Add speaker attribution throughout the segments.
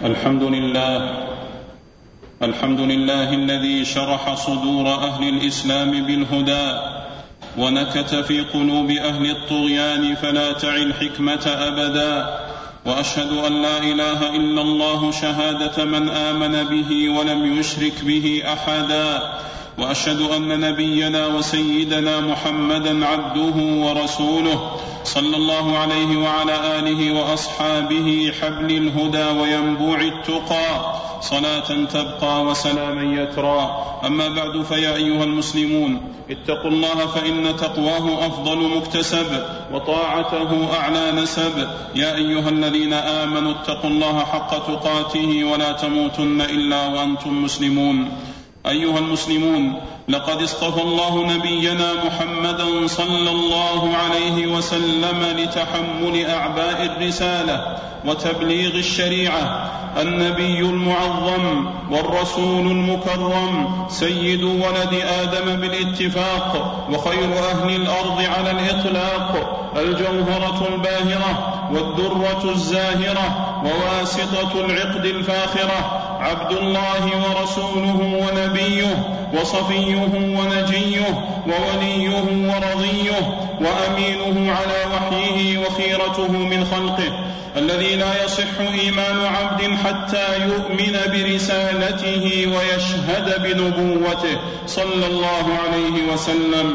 Speaker 1: الحمد لله الذي شرح صدور أهل الإسلام بالهدى ونكت في قلوب أهل الطغيان فلا تعي الحكمة أبدا. وأشهد أن لا إله إلا الله شهادة من آمن به ولم يشرك به أحدا. وأشهد أن نبينا وسيدنا محمدا عبده ورسوله صلى الله عليه وعلى آله وأصحابه حبل الهدى وينبوع التقى، صلاة تبقى وسلاما يترى. أما بعد، فيا أيها المسلمون، اتقوا الله فإن تقواه أفضل مكتسب وطاعته أعلى نسب. يا أيها الذين آمنوا اتقوا الله حق تقاته ولا تموتن إلا وأنتم مسلمون. أيها المسلمون، لقد اصطفى الله نبينا محمدا صلى الله عليه وسلم لتحمل أعباء الرسالة وتبليغ الشريعة، النبي المعظم والرسول المكرم، سيد ولد آدم بالاتفاق، وخير أهل الأرض على الإطلاق، الجوهرة الباهرة والدرة الزاهرة وواسطة العقد الفاخرة، عبد الله ورسوله ونبيه وصفيه ونجيه ووليه ورضيه وأمينه على وحيه وخيرته من خلقه، الذي لا يصح إيمان عبد حتى يؤمن برسالته ويشهد بنبوته صلى الله عليه وسلم،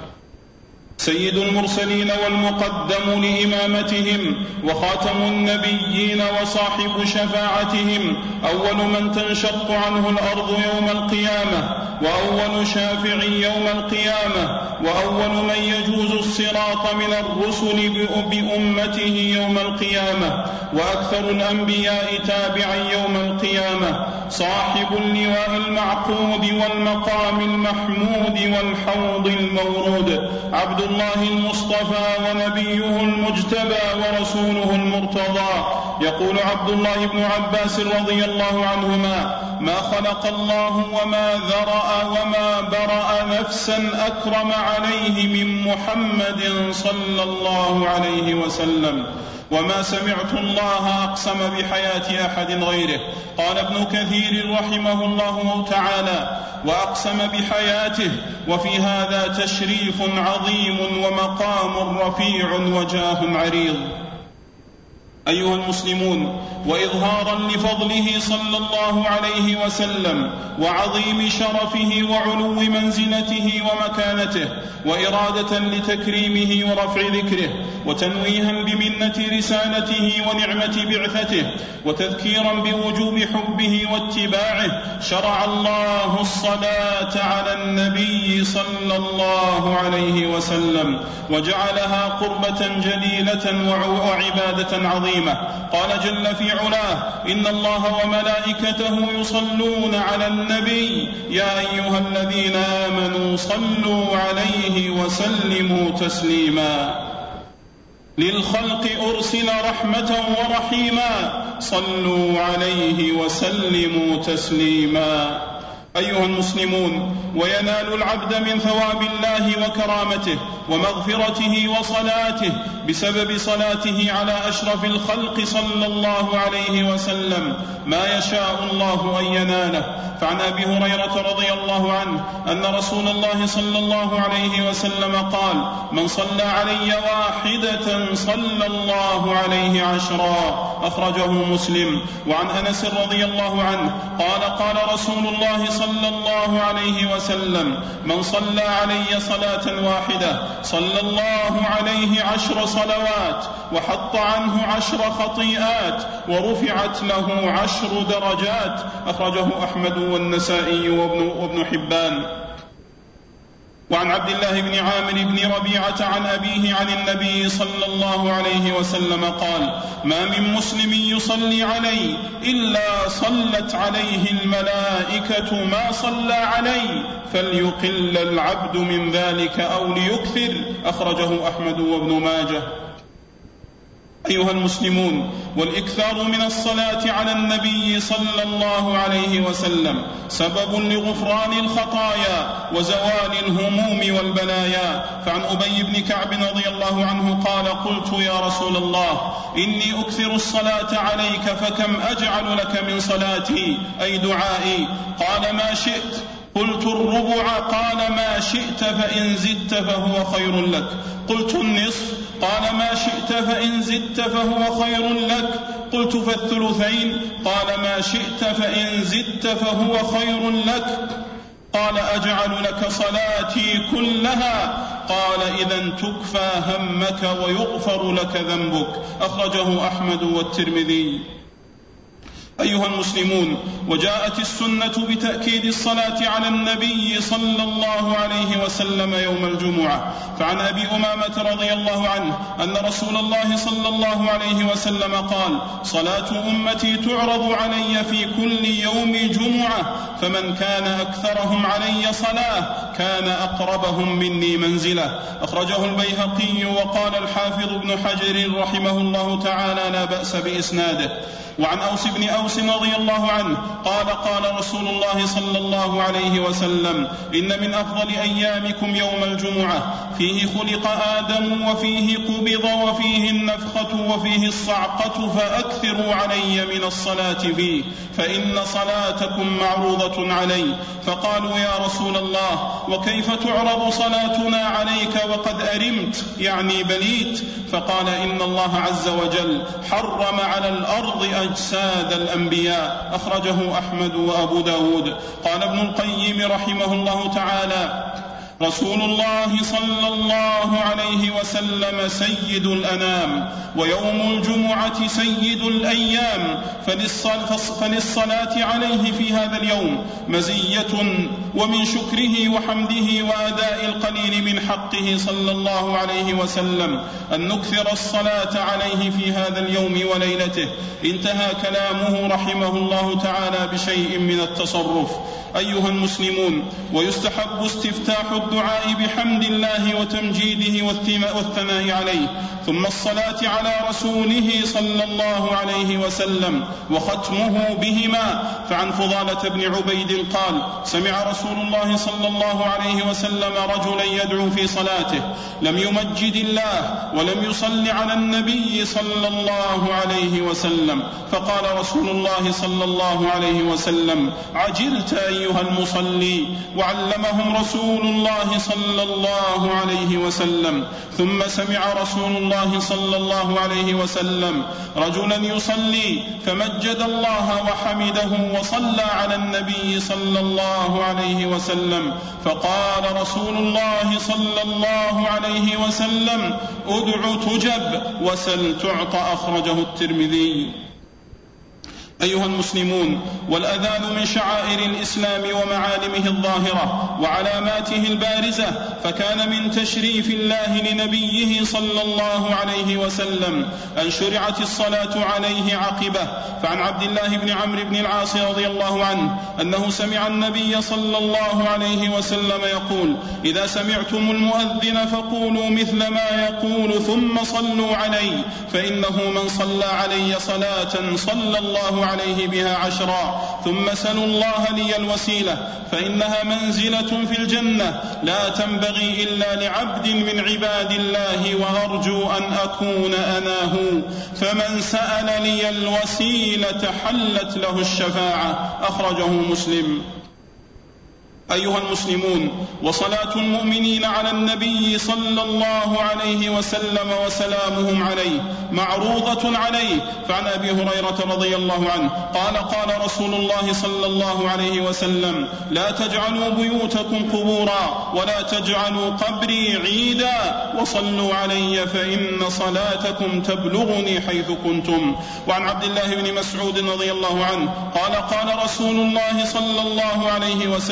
Speaker 1: سيد المرسلين والمقدم لإمامتهم وخاتم النبيين وصاحب شفاعتهم، أول من تنشق عنه الأرض يوم القيامة، وأول شافع يوم القيامة، وأول من يجوز الصراط من الرسل بأمته يوم القيامة، وأكثر الأنبياء تابعا يوم القيامة، صاحب اللواء المعقود والمقام المحمود والحوض المورود، عبد الله المصطفى ونبيه المجتبى ورسوله المرتضى. يقول عبد الله بن عباس رضي الله عنهما: ما خلق الله وما ذرأ وما برأ نفسا أكرم عليه من محمد صلى الله عليه وسلم، وما سمعت الله أقسم بحياة أحد غيره. قال ابن كثير رحمه الله تعالى: وأقسم بحياته، وفي هذا تشريف عظيم ومقام رفيع وجاه عريض. أيها المسلمون، وإظهارا لفضله صلى الله عليه وسلم وعظيم شرفه وعلو منزلته ومكانته، وإرادة لتكريمه ورفع ذكره، وتنويها بمنة رسالته ونعمة بعثته، وتذكيرا بوجوب حبه واتباعه، شرع الله الصلاة على النبي صلى الله عليه وسلم، وجعلها قربة جليلة وعبادة عظيمة. قال جل في علاه: إن الله وملائكته يصلون على النبي يا أيها الذين آمنوا صلوا عليه وسلموا تسليما. للخلق أرسل رحمة ورحيما، صلوا عليه وسلموا تسليما. أيها المسلمون، وينال العبد من ثواب الله وكرامته ومغفرته وصلاته بسبب صلاته على أشرف الخلق صلى الله عليه وسلم ما يشاء الله أن يناله. فعن أبي هريرة رضي الله عنه أن رسول الله صلى الله عليه وسلم قال: من صلى علي واحدة صلى الله عليه 10. أخرجه مسلم. وعن أنس رضي الله عنه قال: قال رسول الله صلى الله عليه وسلم: من صلى علي صلاة واحدة صلى الله عليه 10 صلوات، وحط عنه 10 خطيئات، ورفعت له 10 درجات. أخرجه أحمد والنسائي وابن حبان. وعن عبد الله بن عامر بن ربيعة عن أبيه عن النبي صلى الله عليه وسلم قال: ما من مسلم يصلي علي إلا صلت عليه الملائكة ما صلى علي، فليقل العبد من ذلك أو ليكثر. أخرجه أحمد وابن ماجه. أيها المسلمون، والإكثار من الصلاة على النبي صلى الله عليه وسلم سبب لغفران الخطايا وزوال الهموم والبلايا. فعن أبي بن كعب رضي الله عنه قال: قلت يا رسول الله إني أكثر الصلاة عليك فكم أجعل لك من صلاتي أي دعائي؟ قال: ما شئت. قلت: الربع. قال: ما شئت فإن زدت فهو خير لك. قلت: النصف. قال: ما شئت فإن زدت فهو خير لك. قلت: فالثلثين. قال: ما شئت فإن زدت فهو خير لك. قال: أجعل لك صلاتي كلها؟ قال: إذن تكفى همك ويغفر لك ذنبك. أخرجه أحمد والترمذي. أيها المسلمون، وجاءت السنة بتأكيد الصلاة على النبي صلى الله عليه وسلم يوم الجمعة. فعن أبي أمامة رضي الله عنه أن رسول الله صلى الله عليه وسلم قال: صلاة أمتي تعرض علي في كل يوم جمعة، فمن كان أكثرهم علي صلاة كان أقربهم مني منزلة. أخرجه البيهقي. وقال الحافظ ابن حجر رحمه الله تعالى: لا بأس بإسناده. وعن أوس بن أوس رضي الله عنه قال: قال رسول الله صلى الله عليه وسلم: إن من أفضل أيامكم يوم الجمعة، فيه خلق آدم وفيه قبض وفيه النفخة وفيه الصعقة، فأكثروا علي من الصلاة فيه، فإن صلاتكم معروضة علي. فقالوا: يا رسول الله، وكيف تعرض صلاتنا عليك وقد أرمت، يعني بليت؟ فقال: إن الله عز وجل حرم على الأرض أجساد الأنبياء. أخرجه أحمد وأبو داود. قال ابن القيم رحمه الله تعالى: رسول الله صلى الله عليه وسلم سيد الأنام، ويوم الجمعة سيد الأيام، فللصلاة عليه في هذا اليوم مزية، ومن شكره وحمده وأداء القليل من حقه صلى الله عليه وسلم أن نكثر الصلاة عليه في هذا اليوم وليلته. انتهى كلامه رحمه الله تعالى بشيء من التصرف. أيها المسلمون، ويستحب استفتاح الدعاء بحمد الله وتمجيده والثناء عليه، ثم الصلاة على رسوله صلى الله عليه وسلم، وختمه بهما. فعن فضالة بن عبيد قال: سمع رسول الله صلى الله عليه وسلم رجلا يدعو في صلاته لم يمجد الله ولم يصل على النبي صلى الله عليه وسلم، فقال رسول الله صلى الله عليه وسلم: عجلت أيها المصلي. وعلمهم رسول الله صلى الله عليه وسلم. ثم سمع رسول الله صلى الله عليه وسلم رجلا يصلي فمجد الله وحمده وصلى على النبي صلى الله عليه وسلم، فقال رسول الله صلى الله عليه وسلم: ادع تجب وسل تعط. أخرجه الترمذي. أيها المسلمون، والأذان من شعائر الإسلام ومعالمه الظاهرة وعلاماته البارزة، فكان من تشريف الله لنبيه صلى الله عليه وسلم أن شرعت الصلاة عليه عقبه. فعن عبد الله بن عمرو بن العاص رضي الله عنه أنه سمع النبي صلى الله عليه وسلم يقول: إذا سمعتم المؤذن فقولوا مثل ما يقول ثم صلوا علي، فإنه من صلى علي صلاة صلى الله عليه بها 10. ثم سلوا الله لي الوسيلة، فإنها منزلة في الجنة لا تنبغي إلا لعبد من عباد الله، وأرجو أن أكون أنا هو، فمن سأل لي الوسيلة حلت له الشفاعة. أخرجه مسلم. أيها المسلمون، وصلاة المؤمنين على النبي صلى الله عليه وسلم وسلامهم عليه معروضة عليه. فعن أبي هريرة رضي الله عنه قال: قال رسول الله صلى الله عليه وسلم: لا تجعلوا بيوتكم قبورا ولا تجعلوا قبري عيدا، وصلوا علي فإن صلاتكم تبلغني حيث كنتم. وعن عبد الله بن مسعود رضي الله عنه قال: قال رسول الله صلى الله عليه وسلم: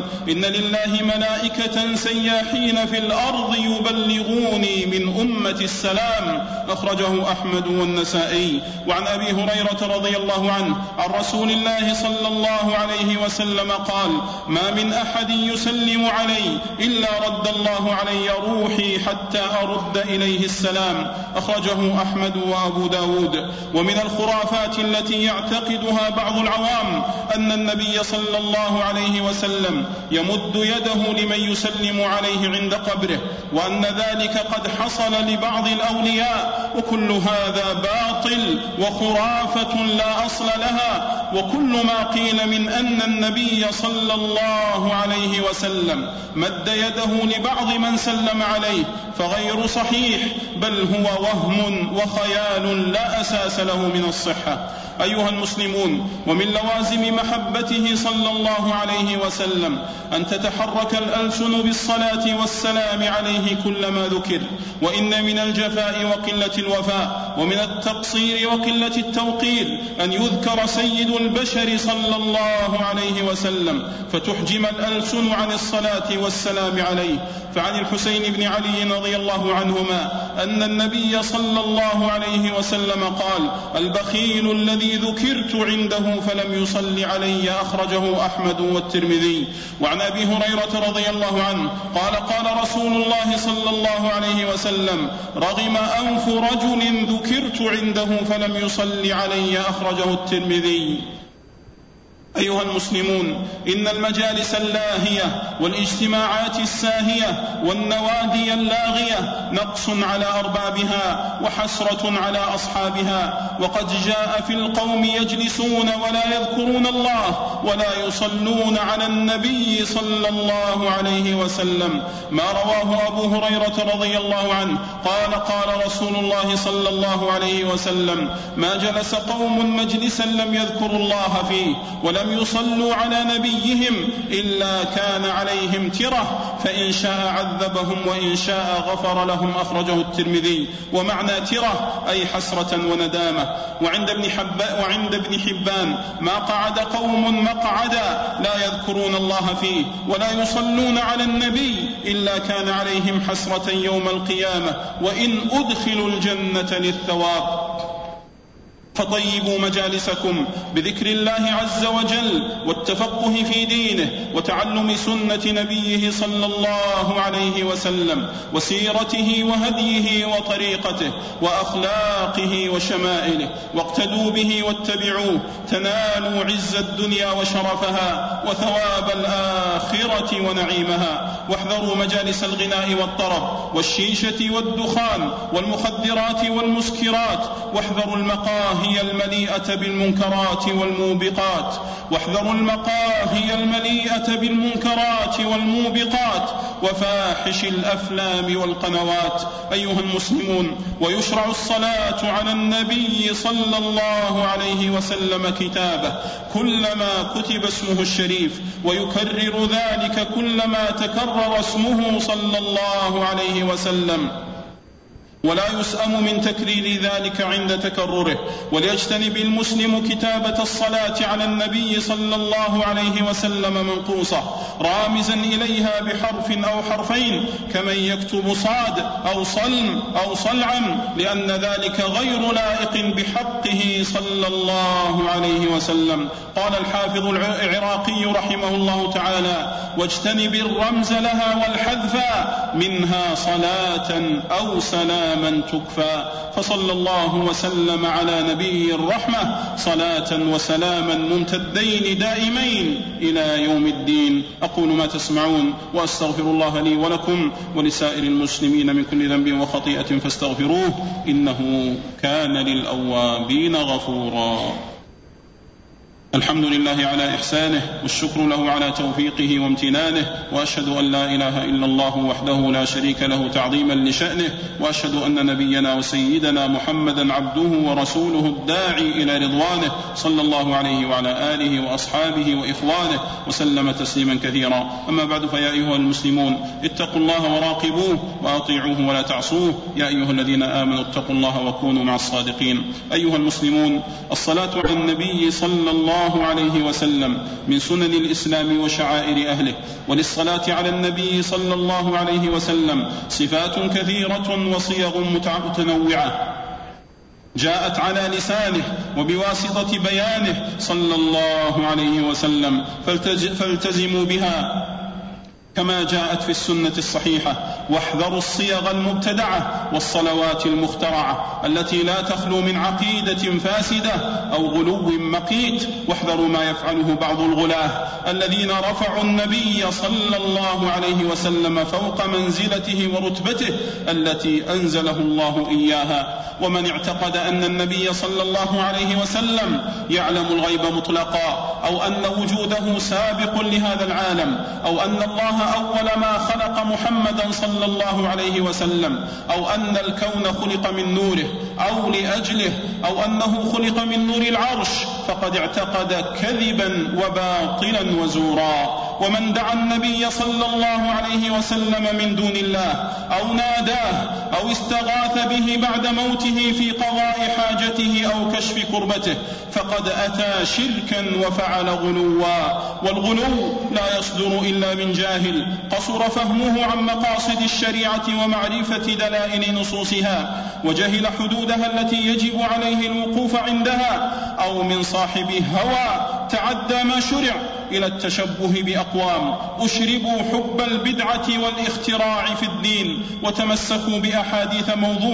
Speaker 1: إن لله ملائكة سياحين في الأرض يبلغوني من أمة السلام، أخرجه أحمد والنسائي. وعن أبي هريرة رضي الله عنه عن رسول الله صلى الله عليه وسلم قال: ما من أحد يسلم علي إلا رد الله علي روحي حتى أرد إليه السلام، أخرجه أحمد وأبو داود. ومن الخرافات التي يعتقدها بعض العوام أن النبي صلى الله عليه وسلم يمد يده لمن يسلم عليه عند قبره، وأن ذلك قد حصل لبعض الأولياء، وكل هذا باطل وخرافة لا أصل لها. وكل ما قيل من أن النبي صلى الله عليه وسلم مد يده لبعض من سلم عليه فغير صحيح، بل هو وهم وخيال لا أساس له من الصحة. أيها المسلمون، ومن لوازم محبته صلى الله عليه وسلم أن تتحرك الألسن بالصلاة والسلام عليه كلما ذكر، وإن من الجفاء وقلة الوفاء ومن التقصير وقلة التوقير أن يذكر سيد البشر صلى الله عليه وسلم فتحجم الألسن عن الصلاة والسلام عليه. فعن الحسين بن علي رضي الله عنهما أن النبي صلى الله عليه وسلم قال: البخيل الذي ذكرت عنده فلم يصل علي، أخرجه أحمد والترمذي. وعن أبي هريرة رضي الله عنه قال: قال رسول الله صلى الله عليه وسلم: رغم أنف رجل ذكرت عنده فلم يصل علي، أخرجه الترمذي. أيها المسلمون، إن المجالس اللاهية والاجتماعات الساهية والنوادي اللاغية نقص على أربابها وحسرة على أصحابها. وقد جاء في القوم يجلسون ولا يذكرون الله ولا يصلون على النبي صلى الله عليه وسلم، ما رواه أبو هريرة رضي الله عنه قال: قال رسول الله صلى الله عليه وسلم: ما جلس قوم مجلسا لم يذكروا الله فيه ولم يصلوا على نبيهم إلا كان عليهم ترة، فإن شاء عذبهم وإن شاء غفر لهم، أخرجه الترمذي. ومعنى ترة أي حسرة وندامة. وعند ابن حبان: ما قعد قوم مقعدا لا يذكرون الله فيه ولا يصلون على النبي إلا كان عليهم حسرة يوم القيامة وإن أدخلوا الجنة للثواب. فطيبوا مجالسكم بذكر الله عز وجل والتفقه في دينه وتعلم سنة نبيه صلى الله عليه وسلم وسيرته وهديه وطريقته وأخلاقه وشمائله، واقتدوا به واتبعوه تنالوا عز الدنيا وشرفها وثواب الآخرة ونعيمها. واحذروا مجالس الغناء والطرب والشيشة والدخان والمخدرات والمسكرات، واحذروا المقاهي المليئة بالمنكرات والموبقات، واحذروا المقاهي المليئة بالمنكرات والموبقات وفاحش الأفلام والقنوات. أيها المسلمون، ويشرع الصلاة على النبي صلى الله عليه وسلم كتابه كلما كتب اسمه الشريف، ويكرر ذلك كلما تكرر اسمه صلى الله عليه وسلم، ولا يسأم من تكرير ذلك عند تكرره. وليجتنب المسلم كتابة الصلاة على النبي صلى الله عليه وسلم منقوصة رامزا إليها بحرف أو حرفين كمن يكتب صاد أو صلم أو صلعا، لأن ذلك غير لائق بحقه صلى الله عليه وسلم. قال الحافظ العراقي رحمه الله تعالى: واجتنب الرمز لها والحذف منها صلاة أو سلام من تكفى. فصلى الله وسلم على نبي الرحمة صلاة وسلاما ممتدين دائمين إلى يوم الدين. أقول ما تسمعون وأستغفر الله لي ولكم ولسائر المسلمين من كل ذنب وخطيئة فاستغفروه إنه كان للأوابين غفورا. الحمد لله على إحسانه والشكر له على توفيقه وامتنانه، وأشهد أن لا إله إلا الله وحده لا شريك له تعظيما لشأنه، وأشهد أن نبينا وسيدنا محمدا عبده ورسوله الداعي إلى رضوانه صلى الله عليه وعلى آله وأصحابه وإخوانه وسلم تسليما كثيرا. أما بعد، فيا أيها المسلمون اتقوا الله وراقبوه وأطيعوه ولا تعصوه. يا أيها الذين آمنوا اتقوا الله وكونوا مع الصادقين. أيها المسلمون، الصلاة على النبي صلى الله الله عليه وسلم من سنن الإسلام وشعائر أهله. وللصلاة على النبي صلى الله عليه وسلم صفات كثيرة وصيغ متنوعة جاءت على لسانه وبواسطة بيانه صلى الله عليه وسلم، فالتزموا بها كما جاءت في السنة الصحيحة، واحذروا الصيغ المبتدعة والصلوات المخترعة التي لا تخلو من عقيدة فاسدة أو غلو مقيت. واحذروا ما يفعله بعض الغلاة الذين رفعوا النبي صلى الله عليه وسلم فوق منزلته ورتبته التي أنزله الله إياها. ومن اعتقد أن النبي صلى الله عليه وسلم يعلم الغيب مطلقا، أو أن وجوده سابق لهذا العالم، أو أن الله أول ما خلق محمدا صلى الله عليه وسلم، أو أن الكون خلق من نوره أو لأجله، أو أنه خلق من نور العرش، فقد اعتقد كذبا وباطلا وزورا. ومن دعا النبي صلى الله عليه وسلم من دون الله أو ناداه أو استغاث به بعد موته في قضاء حاجته أو كشف كربته فقد أتى شركا وفعل غلوا. والغلو لا يصدر إلا من جاهل قصر فهمه عن مقاصد الشريعة ومعرفة دلائل نصوصها، وجهل حدودها التي يجب عليه الوقوف عندها، أو من صاحب هوى تعدى ما شرع إلى التشبه بأقوام أشربوا حب البدعة والاختراع في الدين، وتمسكوا بأحاديث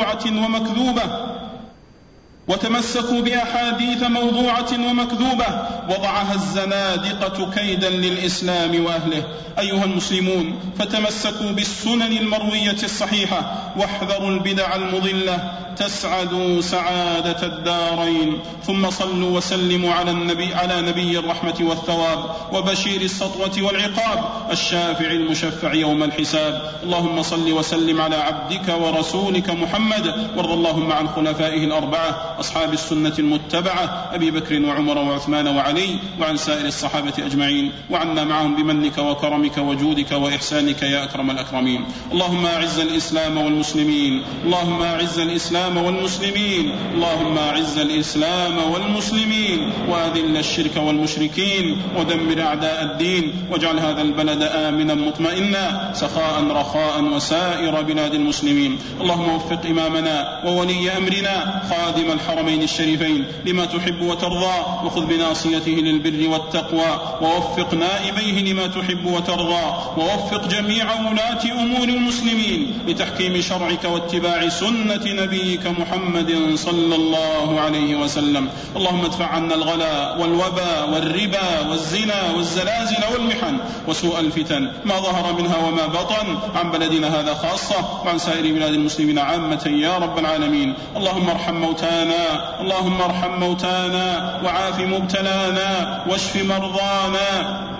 Speaker 1: موضوعة ومكذوبة وضعها الزنادقة كيدا للإسلام وأهله. أيها المسلمون، فتمسكوا بالسنن المروية الصحيحة واحذروا البدع المضلة تسعدوا سعادة الدارين. ثم صلوا وسلموا على نبي الرحمة والثواب وبشير السطوة والعقاب الشافع المشفع يوم الحساب. اللهم صل وسلم على عبدك ورسولك محمد، وارض اللهم عن خلفائه الأربعة أصحاب السنة المتبعة أبي بكر وعمر وعثمان وعلي، وعن سائر الصحابة أجمعين، وعنا معهم بمنك وكرمك وجودك وإحسانك يا أكرم الأكرمين. اللهم أعز الإسلام والمسلمين، اللهم أعز الإسلام والمسلمين، اللهم أعز الإسلام والمسلمين، وأذل الشرك والمشركين، ودمر أعداء الدين، واجعل هذا البلد آمنا مطمئنا سخاء رخاء وسائر بلاد المسلمين. اللهم وفق إمامنا وولي أمرنا خادم الحرمين الشريفين لما تحب وترضى، وخذ بناصيته للبر والتقوى، ووفق نائبيه لما تحب وترضى، ووفق جميع ولاة أمور المسلمين لتحكيم شرعك واتباع سنة نبيك محمد صلى الله عليه وسلم. اللهم ادفع عنا الغلا والوبا والربا والزنا والزلازل والمحن وسوء الفتن ما ظهر منها وما بطن عن بلدنا هذا خاصة وعن سائر بلاد المسلمين عامة يا رب العالمين. اللهم ارحم موتانا، اللهم ارحم موتانا، وعاف مبتلانا، واشف مرضانا،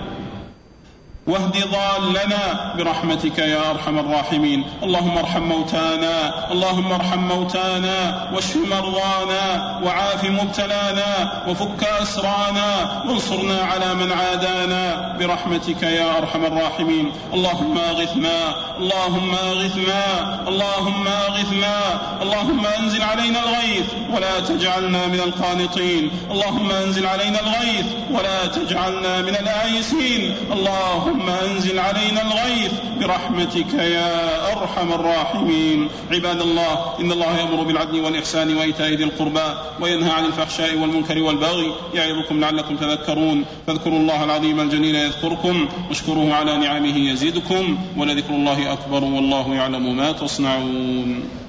Speaker 1: واهد ضالنا برحمتك يا أرحم الراحمين. اللهم ارحم موتانا، اللهم ارحم موتانا، واشف مرضانا، وعاف مبتلانا، وفك أسرانا، وانصرنا على من عادانا برحمتك يا أرحم الراحمين. اللهم أغثنا، اللهم أغثنا، اللهم أغثنا، اللهم أنزل علينا الغيث ولا تجعلنا من القانطين، اللهم أنزل علينا الغيث ولا تجعلنا من الآيسين، اللهم أنزل علينا الغيث برحمتك يا أرحم الراحمين. عباد الله، إن الله يأمر بالعدل والإحسان وإيتاء ذي القربى وينهى عن الفحشاء والمنكر والبغي يعظكم لعلكم تذكرون. فاذكروا الله العظيم الجليل يذكركم، واشكروه على نعمه يزدكم، ولذكر الله أكبر والله يعلم ما تصنعون.